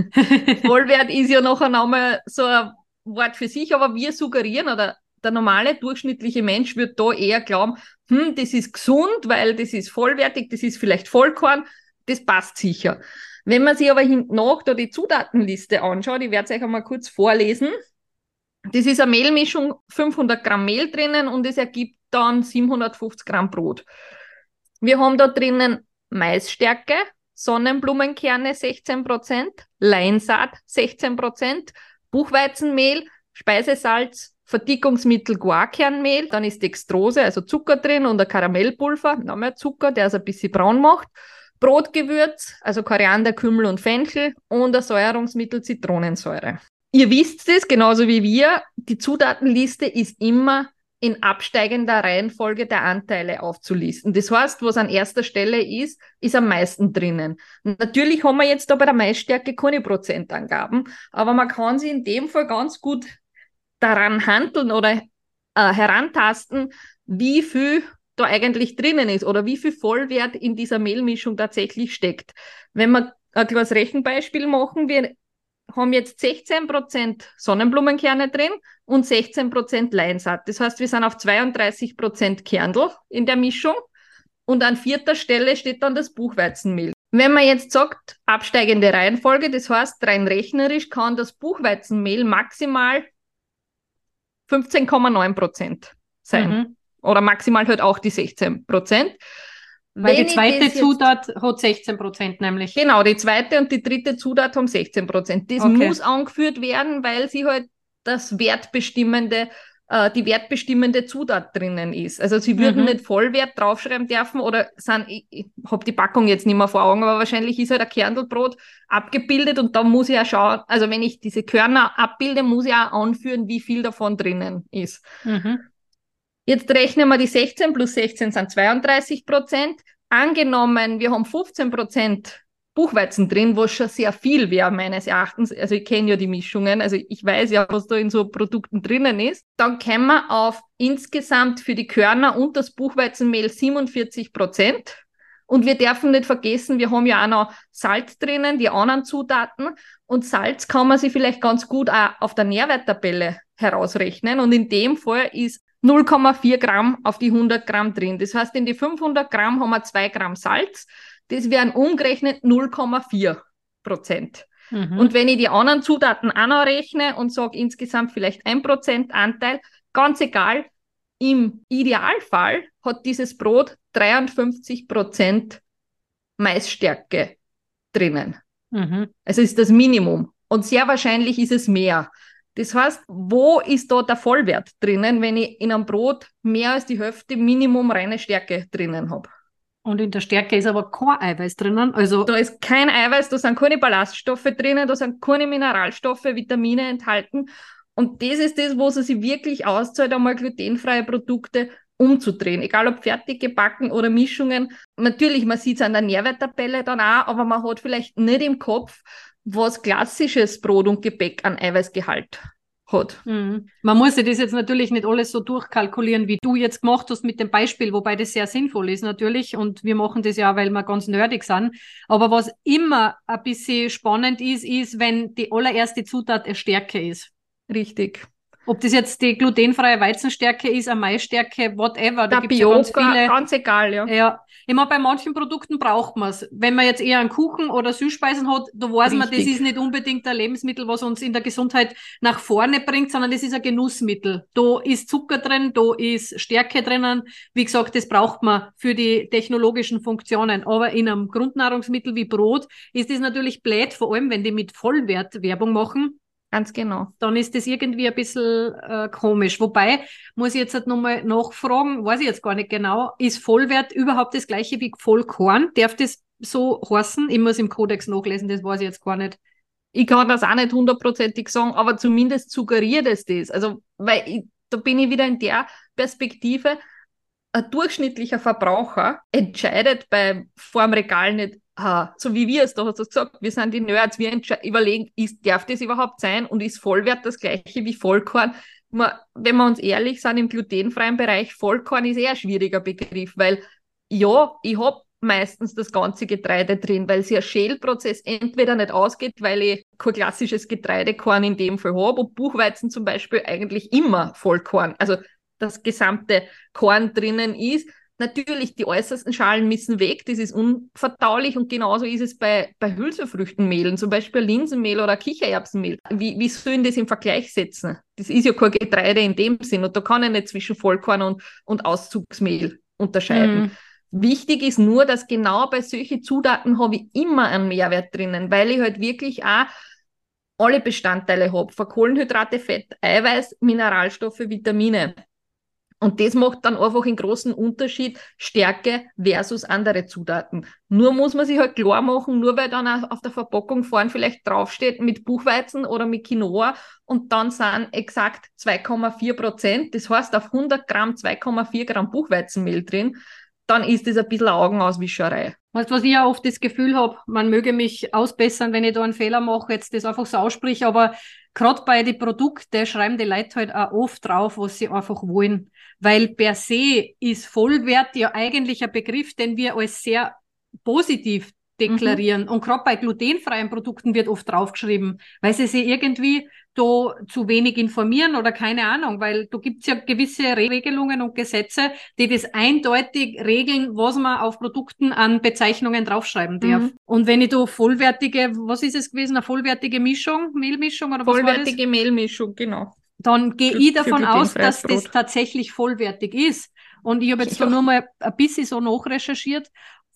Vollwert ist ja noch einmal so ein Wort für sich, aber wir suggerieren, oder der normale, durchschnittliche Mensch wird da eher glauben, hm, das ist gesund, weil das ist vollwertig, das ist vielleicht Vollkorn, das passt sicher. Wenn man sich aber hinten nach da die Zutatenliste anschaut, ich werde es euch einmal kurz vorlesen, Das ist eine Mehlmischung, fünfhundert Gramm Mehl drinnen und es ergibt dann siebenhundertfünfzig Gramm Brot. Wir haben da drinnen Maisstärke, Sonnenblumenkerne sechzehn Prozent, Leinsaat sechzehn Prozent, Buchweizenmehl, Speisesalz, Verdickungsmittel Guarkernmehl, dann ist Dextrose, also Zucker drin und ein Karamellpulver, noch mehr Zucker, der es ein bisschen braun macht, Brotgewürz, also Koriander, Kümmel und Fenchel und ein Säuerungsmittel Zitronensäure. Ihr wisst es, genauso wie wir, die Zutatenliste ist immer in absteigender Reihenfolge der Anteile aufzulisten. Das heißt, was an erster Stelle ist, ist am meisten drinnen. Natürlich haben wir jetzt da bei der Maisstärke keine Prozentangaben, aber man kann sich in dem Fall ganz gut daran handeln oder äh, herantasten, wie viel da eigentlich drinnen ist oder wie viel Vollwert in dieser Mehlmischung tatsächlich steckt. Wenn wir ein kleines Rechenbeispiel machen, wir haben jetzt sechzehn Prozent Sonnenblumenkerne drin und sechzehn Prozent Leinsaat. Das heißt, wir sind auf zweiunddreißig Prozent Kernel in der Mischung und an vierter Stelle steht dann das Buchweizenmehl. Wenn man jetzt sagt, absteigende Reihenfolge, das heißt, rein rechnerisch kann das Buchweizenmehl maximal fünfzehn Komma neun Prozent sein. Mhm. Oder maximal halt auch die sechzehn Prozent. Weil Wenn die zweite Zutat jetzt, hat sechzehn Prozent nämlich. Genau, die zweite und die dritte Zutat haben sechzehn Prozent. Das okay. muss angeführt werden, weil sie halt das wertbestimmende, äh, die wertbestimmende Zutat drinnen ist. Also sie würden mhm. nicht Vollwert draufschreiben dürfen oder sind, ich, ich habe die Packung jetzt nicht mehr vor Augen, aber wahrscheinlich ist halt ein Kernelbrot abgebildet und da muss ich ja schauen, also wenn ich diese Körner abbilde, muss ich auch anführen, wie viel davon drinnen ist. Mhm. Jetzt rechnen wir die sechzehn plus sechzehn sind zweiunddreißig Prozent. Angenommen, wir haben fünfzehn Prozent Buchweizen drin, was schon sehr viel wäre, meines Erachtens. Also ich kenne ja die Mischungen, also ich weiß ja, was da in so Produkten drinnen ist. Dann kommen wir auf insgesamt für die Körner und das Buchweizenmehl siebenundvierzig Prozent. Und wir dürfen nicht vergessen, wir haben ja auch noch Salz drinnen, die anderen Zutaten. Und Salz kann man sich vielleicht ganz gut auch auf der Nährwerttabelle herausrechnen. Und in dem Fall ist null Komma vier Gramm auf die hundert Gramm drin. Das heißt, in die fünfhundert Gramm haben wir zwei Gramm Salz. Das wären umgerechnet null Komma vier Prozent. Mhm. Und wenn ich die anderen Zutaten auch noch rechne und sage insgesamt vielleicht ein Prozent Anteil, ganz egal, im Idealfall hat dieses Brot dreiundfünfzig Prozent Maisstärke drinnen. Mhm. Also ist das Minimum. Und sehr wahrscheinlich ist es mehr. Das heißt, wo ist da der Vollwert drinnen, wenn ich in einem Brot mehr als die Hälfte Minimum reine Stärke drinnen habe? Und in der Stärke ist aber kein Eiweiß drinnen. Also da ist kein Eiweiß, da sind keine Ballaststoffe drinnen, da sind keine Mineralstoffe, Vitamine enthalten. Und das ist das, wo es sich wirklich auszahlt, einmal glutenfreie Produkte umzudrehen. Egal ob fertig gebacken oder Mischungen. Natürlich, man sieht es an der Nährwerttabelle dann auch, aber man hat vielleicht nicht im Kopf, was klassisches Brot und Gebäck an Eiweißgehalt hat. Mhm. Man muss sich das jetzt natürlich nicht alles so durchkalkulieren, wie du jetzt gemacht hast mit dem Beispiel, wobei das sehr sinnvoll ist natürlich und wir machen das ja, weil wir ganz nerdig sind. Aber was immer ein bisschen spannend ist, ist, wenn die allererste Zutat eine Stärke ist. Richtig. Ob das jetzt die glutenfreie Weizenstärke ist, eine Maisstärke, whatever. Da gibt es ja ganz viele. Ganz egal, ja. Ja. Ich meine, bei manchen Produkten braucht man es. Wenn man jetzt eher einen Kuchen oder Süßspeisen hat, da weiß Richtig. man, das ist nicht unbedingt ein Lebensmittel, was uns in der Gesundheit nach vorne bringt, sondern das ist ein Genussmittel. Da ist Zucker drin, da ist Stärke drinnen. Wie gesagt, das braucht man für die technologischen Funktionen. Aber in einem Grundnahrungsmittel wie Brot ist das natürlich blöd, vor allem wenn die mit Vollwert Werbung machen. Ganz genau. Dann ist das irgendwie ein bisschen äh, komisch. Wobei, muss ich jetzt halt nochmal nachfragen, weiß ich jetzt gar nicht genau, ist Vollwert überhaupt das gleiche wie Vollkorn? Darf das so heißen? Ich muss im Kodex nachlesen, das weiß ich jetzt gar nicht. Ich kann das auch nicht hundertprozentig sagen, aber zumindest suggeriert es das. Also, weil ich, da bin ich wieder in der Perspektive, ein durchschnittlicher Verbraucher entscheidet bei vor dem Regal nicht, ah, so wie wir es, da hast du gesagt, wir sind die Nerds, wir überlegen, ist, darf das überhaupt sein und ist Vollwert das gleiche wie Vollkorn? Man, wenn wir uns ehrlich sind, im glutenfreien Bereich, Vollkorn ist eher ein schwieriger Begriff, weil ja, ich habe meistens das ganze Getreide drin, weil sich ein Schälprozess entweder nicht ausgeht, weil ich kein klassisches Getreidekorn in dem Fall habe, und Buchweizen zum Beispiel eigentlich immer Vollkorn, also das gesamte Korn drinnen ist. Natürlich, die äußersten Schalen müssen weg, das ist unverdaulich und genauso ist es bei, bei Hülsenfrüchtenmehlen, zum Beispiel Linsenmehl oder Kichererbsenmehl. Wie, wie sollen das im Vergleich setzen? Das ist ja kein Getreide in dem Sinn und da kann ich nicht zwischen Vollkorn und, und Auszugsmehl unterscheiden. Mhm. Wichtig ist nur, dass genau bei solchen Zutaten habe ich immer einen Mehrwert drinnen, weil ich halt wirklich auch alle Bestandteile habe, von Kohlenhydrate, Fett, Eiweiß, Mineralstoffe, Vitamine. Und das macht dann einfach einen großen Unterschied, Stärke versus andere Zutaten. Nur muss man sich halt klar machen, nur weil dann auch auf der Verpackung vorne vielleicht draufsteht mit Buchweizen oder mit Quinoa und dann sind exakt zwei Komma vier Prozent, das heißt auf hundert Gramm zwei Komma vier Gramm Buchweizenmehl drin, dann ist das ein bisschen Augenauswischerei. Weißt du, was ich ja oft das Gefühl habe, man möge mich ausbessern, wenn ich da einen Fehler mache, jetzt das einfach so ausspreche, aber gerade bei den Produkten schreiben die Leute halt auch oft drauf, was sie einfach wollen. Weil per se ist Vollwert ja eigentlich ein Begriff, den wir als sehr positiv deklarieren. Mhm. Und gerade bei glutenfreien Produkten wird oft draufgeschrieben, weil sie sich irgendwie da zu wenig informieren oder keine Ahnung, weil da gibt's ja gewisse Regelungen und Gesetze, die das eindeutig regeln, was man auf Produkten an Bezeichnungen draufschreiben darf. Mhm. Und wenn ich da vollwertige, was ist es gewesen, eine vollwertige Mischung, Mehlmischung oder was war das? Vollwertige Mehlmischung, genau. Dann gehe ich davon aus, dass Brot. Das tatsächlich vollwertig ist. Und ich habe jetzt ja. da nur mal ein bisschen so nachrecherchiert.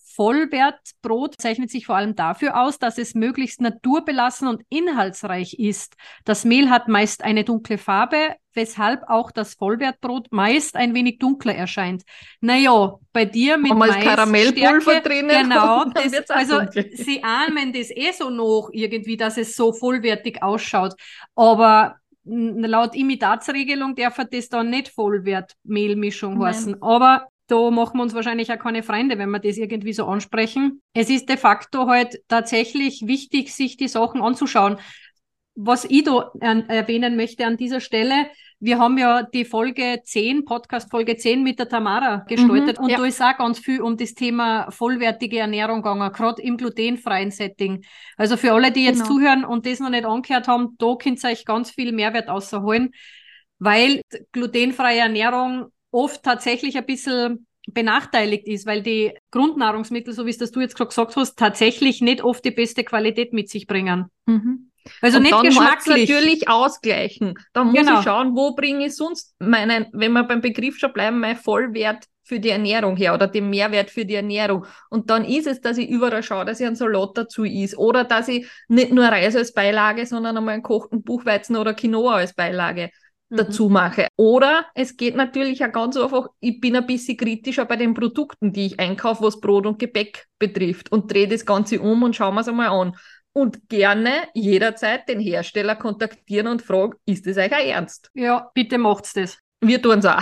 Vollwertbrot zeichnet sich vor allem dafür aus, dass es möglichst naturbelassen und inhaltsreich ist. Das Mehl hat meist eine dunkle Farbe, weshalb auch das Vollwertbrot meist ein wenig dunkler erscheint. Naja, bei dir mit Mais, Karamellpulver Stärke, drinnen. Genau, das, also dunkel. Sie ahnen das eh so noch irgendwie, dass es so vollwertig ausschaut. Aber laut Imitatsregelung darf das dann nicht Vollwertmehlmischung heißen. Aber da machen wir uns wahrscheinlich auch keine Freunde, wenn wir das irgendwie so ansprechen. Es ist de facto halt tatsächlich wichtig, sich die Sachen anzuschauen. Was ich da an, erwähnen möchte an dieser Stelle, wir haben ja die Folge zehn, Podcast Folge zehn mit der Tamara gestaltet mhm, und ja. da ist auch ganz viel um das Thema vollwertige Ernährung gegangen, gerade im glutenfreien Setting. Also für alle, die jetzt genau. zuhören und das noch nicht angehört haben, da könnt ihr euch ganz viel Mehrwert rausholen, weil glutenfreie Ernährung oft tatsächlich ein bisschen benachteiligt ist, weil die Grundnahrungsmittel, so wie es das du jetzt gerade gesagt hast, tatsächlich nicht oft die beste Qualität mit sich bringen. Mhm. Also und nicht dann geschmacklich. Natürlich ausgleichen. Dann muss genau. ich schauen, wo bringe ich sonst meinen, wenn wir beim Begriff schon bleiben, mein Vollwert für die Ernährung her oder den Mehrwert für die Ernährung. Und dann ist es, dass ich überall schaue, dass ich einen Salat dazu is oder dass ich nicht nur Reis als Beilage, sondern einmal einen kochten Buchweizen oder Quinoa als Beilage dazu mache. Oder es geht natürlich auch ganz einfach, ich bin ein bisschen kritischer bei den Produkten, die ich einkaufe, was Brot und Gebäck betrifft und drehe das Ganze um und schauen wir es einmal an. Und gerne jederzeit den Hersteller kontaktieren und fragen, ist das euch auch ernst? Ja, bitte macht's das. Wir tun es auch.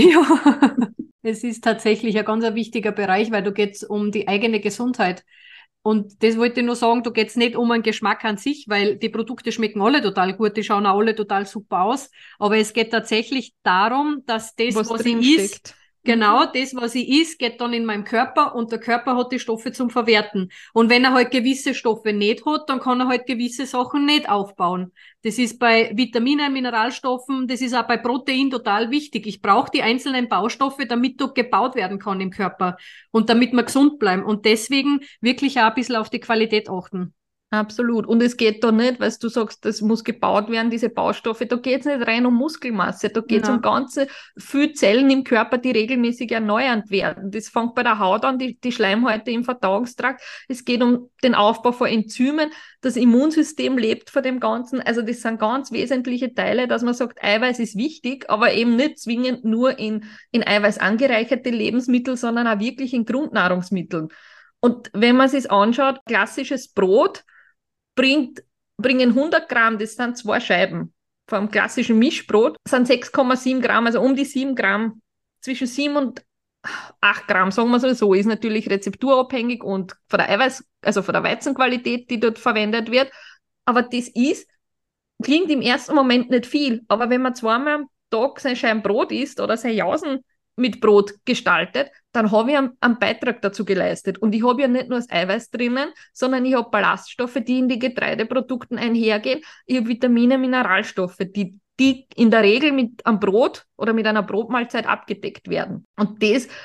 Ja, es ist tatsächlich ein ganz ein wichtiger Bereich, weil da geht's um die eigene Gesundheit. Und das wollte ich nur sagen, da geht's nicht um einen Geschmack an sich, weil die Produkte schmecken alle total gut, die schauen auch alle total super aus. Aber es geht tatsächlich darum, dass das, was, was ich isst, genau, mhm. das, was ich isst, geht dann in meinem Körper und der Körper hat die Stoffe zum Verwerten. Und wenn er halt gewisse Stoffe nicht hat, dann kann er halt gewisse Sachen nicht aufbauen. Das ist bei Vitaminen, Mineralstoffen, das ist auch bei Protein total wichtig. Ich brauche die einzelnen Baustoffe, damit dort gebaut werden kann im Körper und damit wir gesund bleiben. Und deswegen wirklich auch ein bisschen auf die Qualität achten. Absolut. Und es geht da nicht, weil du sagst, das muss gebaut werden, diese Baustoffe, da geht es nicht rein um Muskelmasse, da geht es um ganze, viele Zellen im Körper, die regelmäßig erneuert werden. Das fängt bei der Haut an, die, die Schleimhäute im Verdauungstrakt. Es geht um den Aufbau von Enzymen, das Immunsystem lebt von dem Ganzen. Also das sind ganz wesentliche Teile, dass man sagt, Eiweiß ist wichtig, aber eben nicht zwingend nur in, in Eiweiß angereicherte Lebensmittel, sondern auch wirklich in Grundnahrungsmitteln. Und wenn man sich anschaut, klassisches Brot, Bringt, bringen hundert Gramm, das sind zwei Scheiben vom klassischen Mischbrot, sind sechs Komma sieben Gramm, also um die sieben Gramm, zwischen sieben und acht Gramm, sagen wir so, ist natürlich rezepturabhängig und von der Eiweiß, also von der Weizenqualität, die dort verwendet wird. Aber das ist, klingt im ersten Moment nicht viel, aber wenn man zweimal am Tag sein Scheiben Brot isst oder sein Jausen mit Brot gestaltet, dann habe ich einen, einen Beitrag dazu geleistet. Und ich habe ja nicht nur das Eiweiß drinnen, sondern ich habe Ballaststoffe, die in die Getreideprodukten einhergehen. Ich habe Vitamine, Mineralstoffe, die, die in der Regel mit einem Brot oder mit einer Brotmahlzeit abgedeckt werden. Und das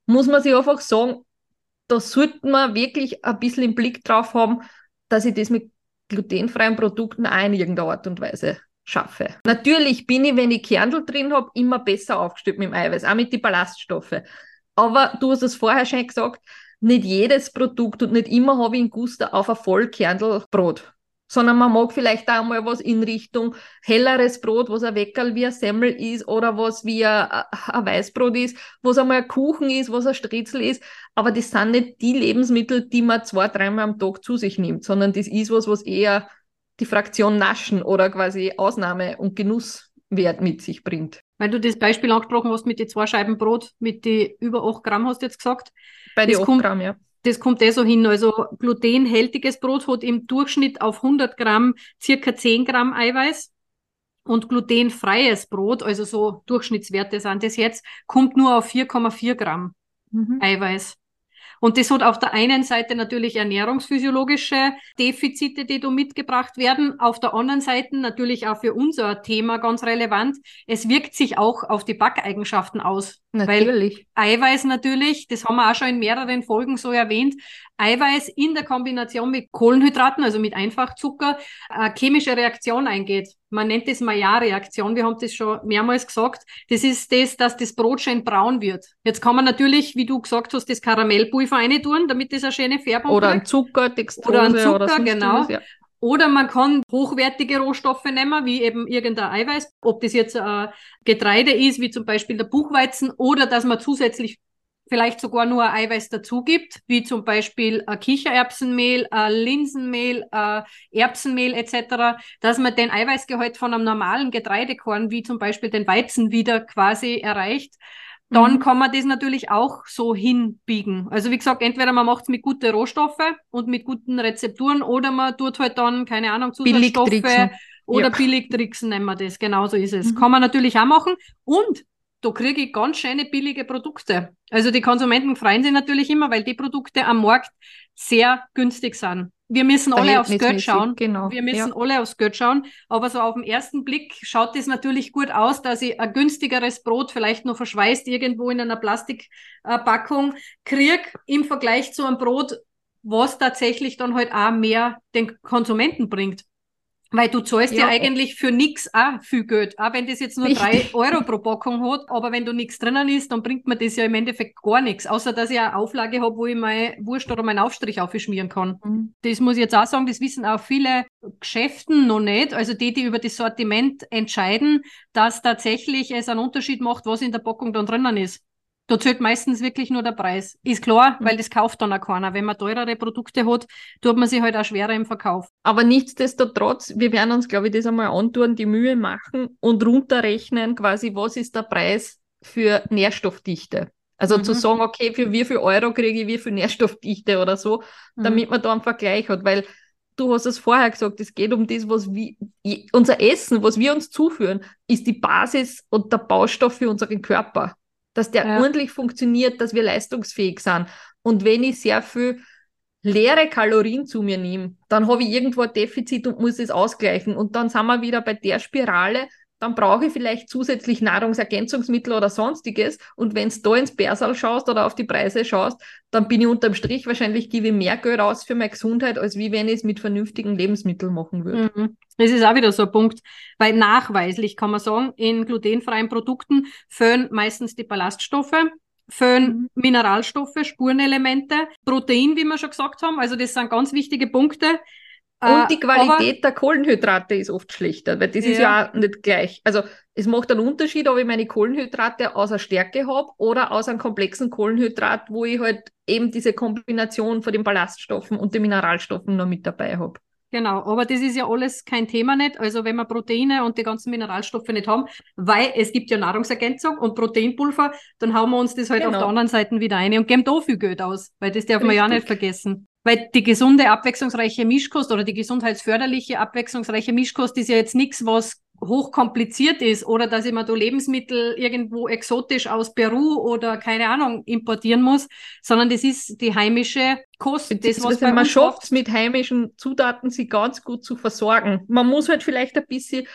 muss man sich einfach sagen, da sollten wir wirklich ein bisschen im Blick drauf haben, dass ich das mit glutenfreien Produkten auch in irgendeiner Art und Weise schaffe. Natürlich bin ich, wenn ich Kernel drin habe, immer besser aufgestellt mit dem Eiweiß, auch mit den Ballaststoffen. Aber du hast es vorher schon gesagt, nicht jedes Produkt und nicht immer habe ich einen Guster auf ein Vollkernelbrot, sondern man mag vielleicht auch mal was in Richtung helleres Brot, was ein Weckerl wie ein Semmel ist oder was wie ein, ein Weißbrot ist, was einmal ein Kuchen ist, was ein Striezel ist. Aber das sind nicht die Lebensmittel, die man zwei, dreimal am Tag zu sich nimmt, sondern das ist was, was eher die Fraktion Naschen oder quasi Ausnahme- und Genusswert mit sich bringt. Weil du das Beispiel angesprochen hast mit den zwei Scheiben Brot, mit die über acht Gramm hast du jetzt gesagt. Bei den Das acht kommt- Gramm, ja. Das kommt eh so hin. Also glutenhältiges Brot hat im Durchschnitt auf hundert Gramm circa zehn Gramm Eiweiß. Und glutenfreies Brot, also so Durchschnittswerte sind das jetzt, kommt nur auf vier Komma vier Gramm Mhm. Eiweiß. Und das hat auf der einen Seite natürlich ernährungsphysiologische Defizite, die da mitgebracht werden. Auf der anderen Seite natürlich auch für unser Thema ganz relevant. Es wirkt sich auch auf die Backeigenschaften aus. Natürlich. Weil Eiweiß natürlich, das haben wir auch schon in mehreren Folgen so erwähnt, Eiweiß in der Kombination mit Kohlenhydraten, also mit Einfachzucker, eine chemische Reaktion eingeht. Man nennt das Maillard-Reaktion, wir haben das schon mehrmals gesagt. Das ist das, dass das Brot schön braun wird. Jetzt kann man natürlich, wie du gesagt hast, das Karamellpulver rein tun, damit das eine schöne Färbung Oder ein kriegt. Zucker, Dextrose Oder ein Zucker, oder sonst genau. was, ja. Oder man kann hochwertige Rohstoffe nehmen, wie eben irgendein Eiweiß, ob das jetzt äh, Getreide ist, wie zum Beispiel der Buchweizen, oder dass man zusätzlich vielleicht sogar nur ein Eiweiß dazu gibt, wie zum Beispiel ein Kichererbsenmehl, ein Linsenmehl, ein Erbsenmehl et cetera, dass man den Eiweißgehalt von einem normalen Getreidekorn, wie zum Beispiel den Weizen, wieder quasi erreicht. Dann Mhm. kann man das natürlich auch so hinbiegen. Also wie gesagt, entweder man macht es mit guten Rohstoffen und mit guten Rezepturen oder man tut halt dann, keine Ahnung, Billig Zusatzstoffe tricksen. oder Ja. billig tricksen nennen wir das. Genau so ist es. Mhm. Kann man natürlich auch machen. Und da kriege ich ganz schöne billige Produkte. Also die Konsumenten freuen sich natürlich immer, weil die Produkte am Markt sehr günstig sind. Wir müssen alle aufs Geld Verhältnismäßig, schauen. genau, Wir müssen ja. alle aufs Geld schauen. Aber so auf den ersten Blick schaut es natürlich gut aus, dass ich ein günstigeres Brot, vielleicht noch verschweißt irgendwo in einer Plastikpackung, kriege im Vergleich zu einem Brot, was tatsächlich dann halt auch mehr den Konsumenten bringt. Weil du zahlst ja, Ja. eigentlich für nix auch viel Geld. Auch wenn das jetzt nur drei Richtig. Euro pro Packung hat, aber wenn du nichts drinnen ist, dann bringt mir das ja im Endeffekt gar nichts. Außer, dass ich eine Auflage habe, wo ich meine Wurst oder meinen Aufstrich aufschmieren kann. Mhm. Das muss ich jetzt auch sagen, das wissen auch viele Geschäften noch nicht. Also die, die über das Sortiment entscheiden, dass tatsächlich es einen Unterschied macht, was in der Packung dann drinnen ist. Da zählt meistens wirklich nur der Preis. Ist klar, Mhm. weil das kauft dann auch keiner. Wenn man teurere Produkte hat, tut man sich halt auch schwerer im Verkauf. Aber nichtsdestotrotz, wir werden uns, glaube ich, das einmal antun, die Mühe machen und runterrechnen, quasi, was ist der Preis für Nährstoffdichte. Also Mhm. zu sagen, okay, für wie viel Euro kriege ich wie viel Nährstoffdichte oder so, Mhm. damit man da einen Vergleich hat. Weil du hast es vorher gesagt, es geht um das, was wir, unser Essen, was wir uns zuführen, ist die Basis und der Baustoff für unseren Körper. Dass der Ja. ordentlich funktioniert, dass wir leistungsfähig sind. Und wenn ich sehr viel leere Kalorien zu mir nehme, dann habe ich irgendwo ein Defizit und muss es ausgleichen. Und dann sind wir wieder bei der Spirale, dann brauche ich vielleicht zusätzlich Nahrungsergänzungsmittel oder sonstiges. Und wenn du da ins Bersal schaust oder auf die Preise schaust, dann bin ich unterm Strich wahrscheinlich, gebe ich mehr Geld aus für meine Gesundheit, als wie wenn ich es mit vernünftigen Lebensmitteln machen würde. Mhm. Das ist auch wieder so ein Punkt, weil nachweislich kann man sagen, in glutenfreien Produkten fehlen meistens die Ballaststoffe, fehlen Mhm. Mineralstoffe, Spurenelemente, Protein, wie wir schon gesagt haben. Also das sind ganz wichtige Punkte. Und die Äh, Qualität der Kohlenhydrate ist oft schlechter, weil das ist Ja. ja auch nicht gleich. Also es macht einen Unterschied, ob ich meine Kohlenhydrate aus einer Stärke habe oder aus einem komplexen Kohlenhydrat, wo ich halt eben diese Kombination von den Ballaststoffen und den Mineralstoffen noch mit dabei habe. Genau, aber das ist ja alles kein Thema nicht. Also wenn wir Proteine und die ganzen Mineralstoffe nicht haben, weil es gibt ja Nahrungsergänzung und Proteinpulver, dann hauen wir uns das halt Genau. auf der anderen Seite wieder ein und geben da viel Geld aus, weil das darf man ja auch nicht Richtig. vergessen. Weil die gesunde, abwechslungsreiche Mischkost oder die gesundheitsförderliche, abwechslungsreiche Mischkost ist ja jetzt nichts, was hochkompliziert ist oder dass ich mir da Lebensmittel irgendwo exotisch aus Peru oder keine Ahnung importieren muss, sondern das ist die heimische Kost, das, was Beziehungsweise bei man uns schafft es wächst. mit heimischen Zutaten, sie ganz gut zu versorgen. Man muss halt vielleicht ein bisschen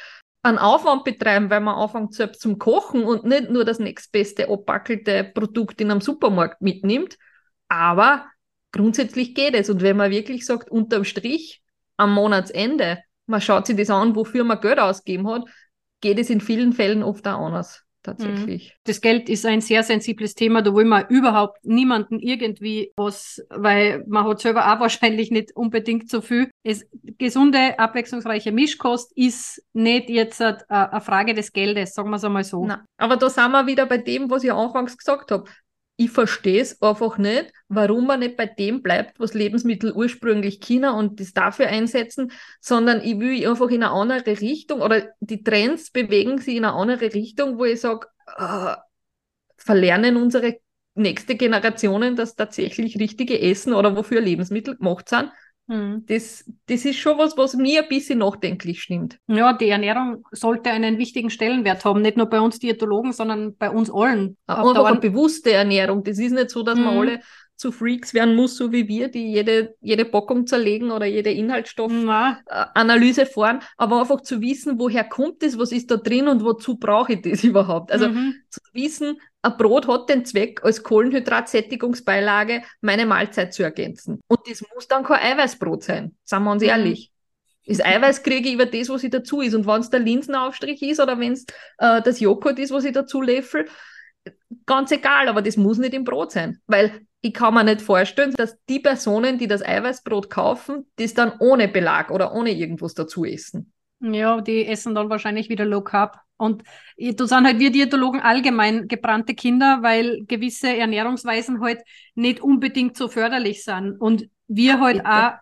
einen Aufwand betreiben, weil man anfängt selbst zum Kochen und nicht nur das nächstbeste abbackelte Produkt in einem Supermarkt mitnimmt. Aber grundsätzlich geht es. Und wenn man wirklich sagt, unterm Strich, am Monatsende, man schaut sich das an, wofür man Geld ausgegeben hat, geht es in vielen Fällen oft auch anders. Tatsächlich. Das Geld ist ein sehr sensibles Thema, da will man überhaupt niemanden irgendwie was, weil man hat selber auch wahrscheinlich nicht unbedingt so viel. Es, gesunde, abwechslungsreiche Mischkost ist nicht jetzt eine, eine Frage des Geldes, sagen wir es einmal so. Nein. Aber da sind wir wieder bei dem, was ich anfangs gesagt habe. Ich verstehe es einfach nicht, warum man nicht bei dem bleibt, was Lebensmittel ursprünglich China und das dafür einsetzen, sondern ich will einfach in eine andere Richtung oder die Trends bewegen sich in eine andere Richtung, wo ich sage, äh, verlernen unsere nächste Generationen das tatsächlich richtige Essen oder wofür Lebensmittel gemacht sind. Hm. Das, das ist schon was, was mir ein bisschen nachdenklich stimmt. Ja, die Ernährung sollte einen wichtigen Stellenwert haben, nicht nur bei uns Diätologen, sondern bei uns allen. Einfach eine bewusste Ernährung. Das ist nicht so, dass Mhm. man alle zu Freaks werden muss, so wie wir, die jede, jede Packung zerlegen oder jede Inhaltsstoffanalyse fahren, aber einfach zu wissen, woher kommt das, was ist da drin und wozu brauche ich das überhaupt. Also Mhm. zu wissen, ein Brot hat den Zweck, als Kohlenhydratsättigungsbeilage meine Mahlzeit zu ergänzen. Und das muss dann kein Eiweißbrot sein, sagen wir uns Mhm. ehrlich. Das Eiweiß kriege ich über das, was ich dazu ist. Und wenn es der Linsenaufstrich ist oder wenn es äh, das Joghurt ist, was ich dazu löffel, ganz egal, aber das muss nicht im Brot sein. Weil ich kann mir nicht vorstellen, dass die Personen, die das Eiweißbrot kaufen, das dann ohne Belag oder ohne irgendwas dazu essen. Ja, die essen dann wahrscheinlich wieder Low Carb. Und da sind halt wir Diätologen allgemein gebrannte Kinder, weil gewisse Ernährungsweisen halt nicht unbedingt so förderlich sind. Und wir halt Bitte. auch.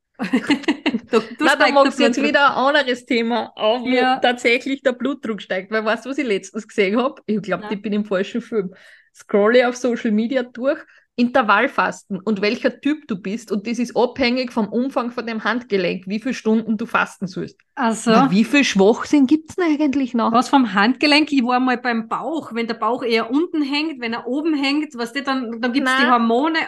du, du Na, da steigt magst du der jetzt Blutdruck. wieder ein anderes Thema auf, wo Ja. tatsächlich der Blutdruck steigt. Weil weißt du, was ich letztens gesehen habe? Ich glaube, Na. ich bin im falschen Film. Scrolle auf Social Media durch, Intervallfasten und welcher Typ du bist. Und das ist abhängig vom Umfang von dem Handgelenk, wie viele Stunden du fasten sollst. Also, Na, wie viel Schwachsinn gibt es denn eigentlich noch? was vom Handgelenk? Ich war mal beim Bauch. Wenn der Bauch eher unten hängt, wenn er oben hängt, was du, dann, dann gibt's die Nein. Hormone.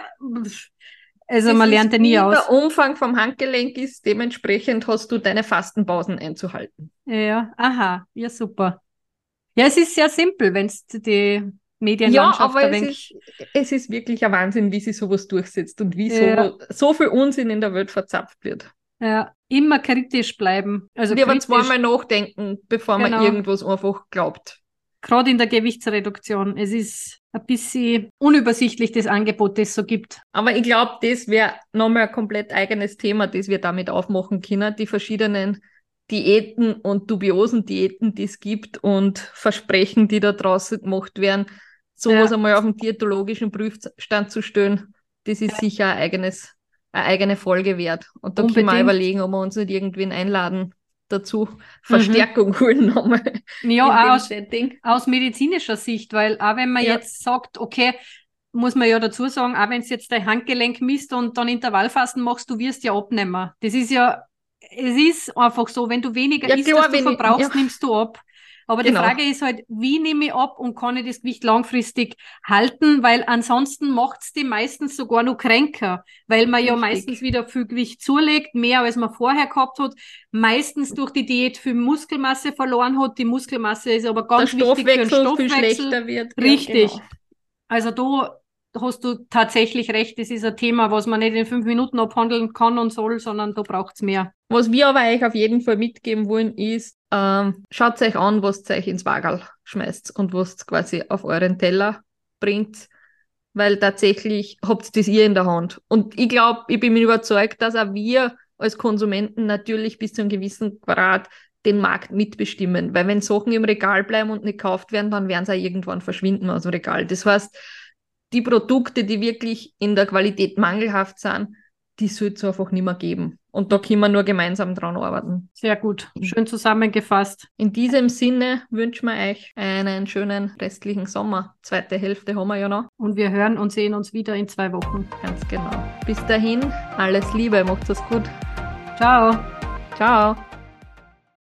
Also, Das man ist, lernt ja nie wie aus. der Umfang vom Handgelenk ist, dementsprechend hast du deine Fastenpausen einzuhalten. Ja, aha, ja, super. Ja, es ist sehr simpel, wenn es die Ja, Medienlandschaft aber ein es wenig. ist, es ist wirklich ein Wahnsinn, wie sich sowas durchsetzt und wie Ja. so, so viel Unsinn in der Welt verzapft wird. Ja, immer kritisch bleiben. Also Wir aber kritisch, zweimal nachdenken, bevor man Genau. irgendwas einfach glaubt. gerade in der Gewichtsreduktion. Es ist ein bisschen unübersichtlich, das Angebot, das es so gibt. Aber ich glaube, das wäre nochmal ein komplett eigenes Thema, das wir damit aufmachen können, die verschiedenen Diäten und dubiosen Diäten, die es gibt und Versprechen, die da draußen gemacht werden. Sowas Ja. einmal auf den diätologischen Prüfstand zu stellen, das ist sicher ein eigenes, eine eigene Folge wert. Und da können wir Unbedingt. überlegen, ob wir uns nicht irgendwen einladen, dazu Verstärkung holen nochmal Ja, in auch dem aus, Setting. aus medizinischer Sicht, weil auch wenn man Ja. jetzt sagt, okay, muss man ja dazu sagen, auch wenn es jetzt dein Handgelenk misst und dann Intervallfasten machst, du wirst ja abnehmen. Das ist ja, es ist einfach so, wenn du weniger Ja, isst, klar, als du wenn ich- verbrauchst, ja. nimmst du ab. Aber Genau. die Frage ist halt, wie nehme ich ab und kann ich das Gewicht langfristig halten, weil ansonsten macht's die meistens sogar noch kränker, weil man ja Richtig. meistens wieder viel Gewicht zulegt, mehr als man vorher gehabt hat, meistens durch die Diät viel Muskelmasse verloren hat. Die Muskelmasse ist aber Der ganz wichtig für den Stoffwechsel viel Stoffwechsel. schlechter wird. Ja, Richtig. genau. Also da hast du tatsächlich recht, das ist ein Thema, was man nicht in fünf Minuten abhandeln kann und soll, sondern da braucht's mehr. Was wir aber euch auf jeden Fall mitgeben wollen, ist, ähm, schaut euch an, was ihr euch ins Wagerl schmeißt und was ihr quasi auf euren Teller bringt, weil tatsächlich habt das ihr in der Hand. Und ich glaube, ich bin mir überzeugt, dass auch wir als Konsumenten natürlich bis zu einem gewissen Grad den Markt mitbestimmen, weil wenn Sachen im Regal bleiben und nicht gekauft werden, dann werden sie auch irgendwann verschwinden aus dem Regal. Das heißt, die Produkte, die wirklich in der Qualität mangelhaft sind, die soll es einfach nicht mehr geben. Und da können wir nur gemeinsam dran arbeiten. Sehr gut, schön zusammengefasst. In diesem Sinne wünschen wir euch einen schönen restlichen Sommer. Zweite Hälfte haben wir ja noch. Und wir hören und sehen uns wieder in zwei Wochen. Ganz genau. Bis dahin, alles Liebe, macht's es gut. Ciao. Ciao.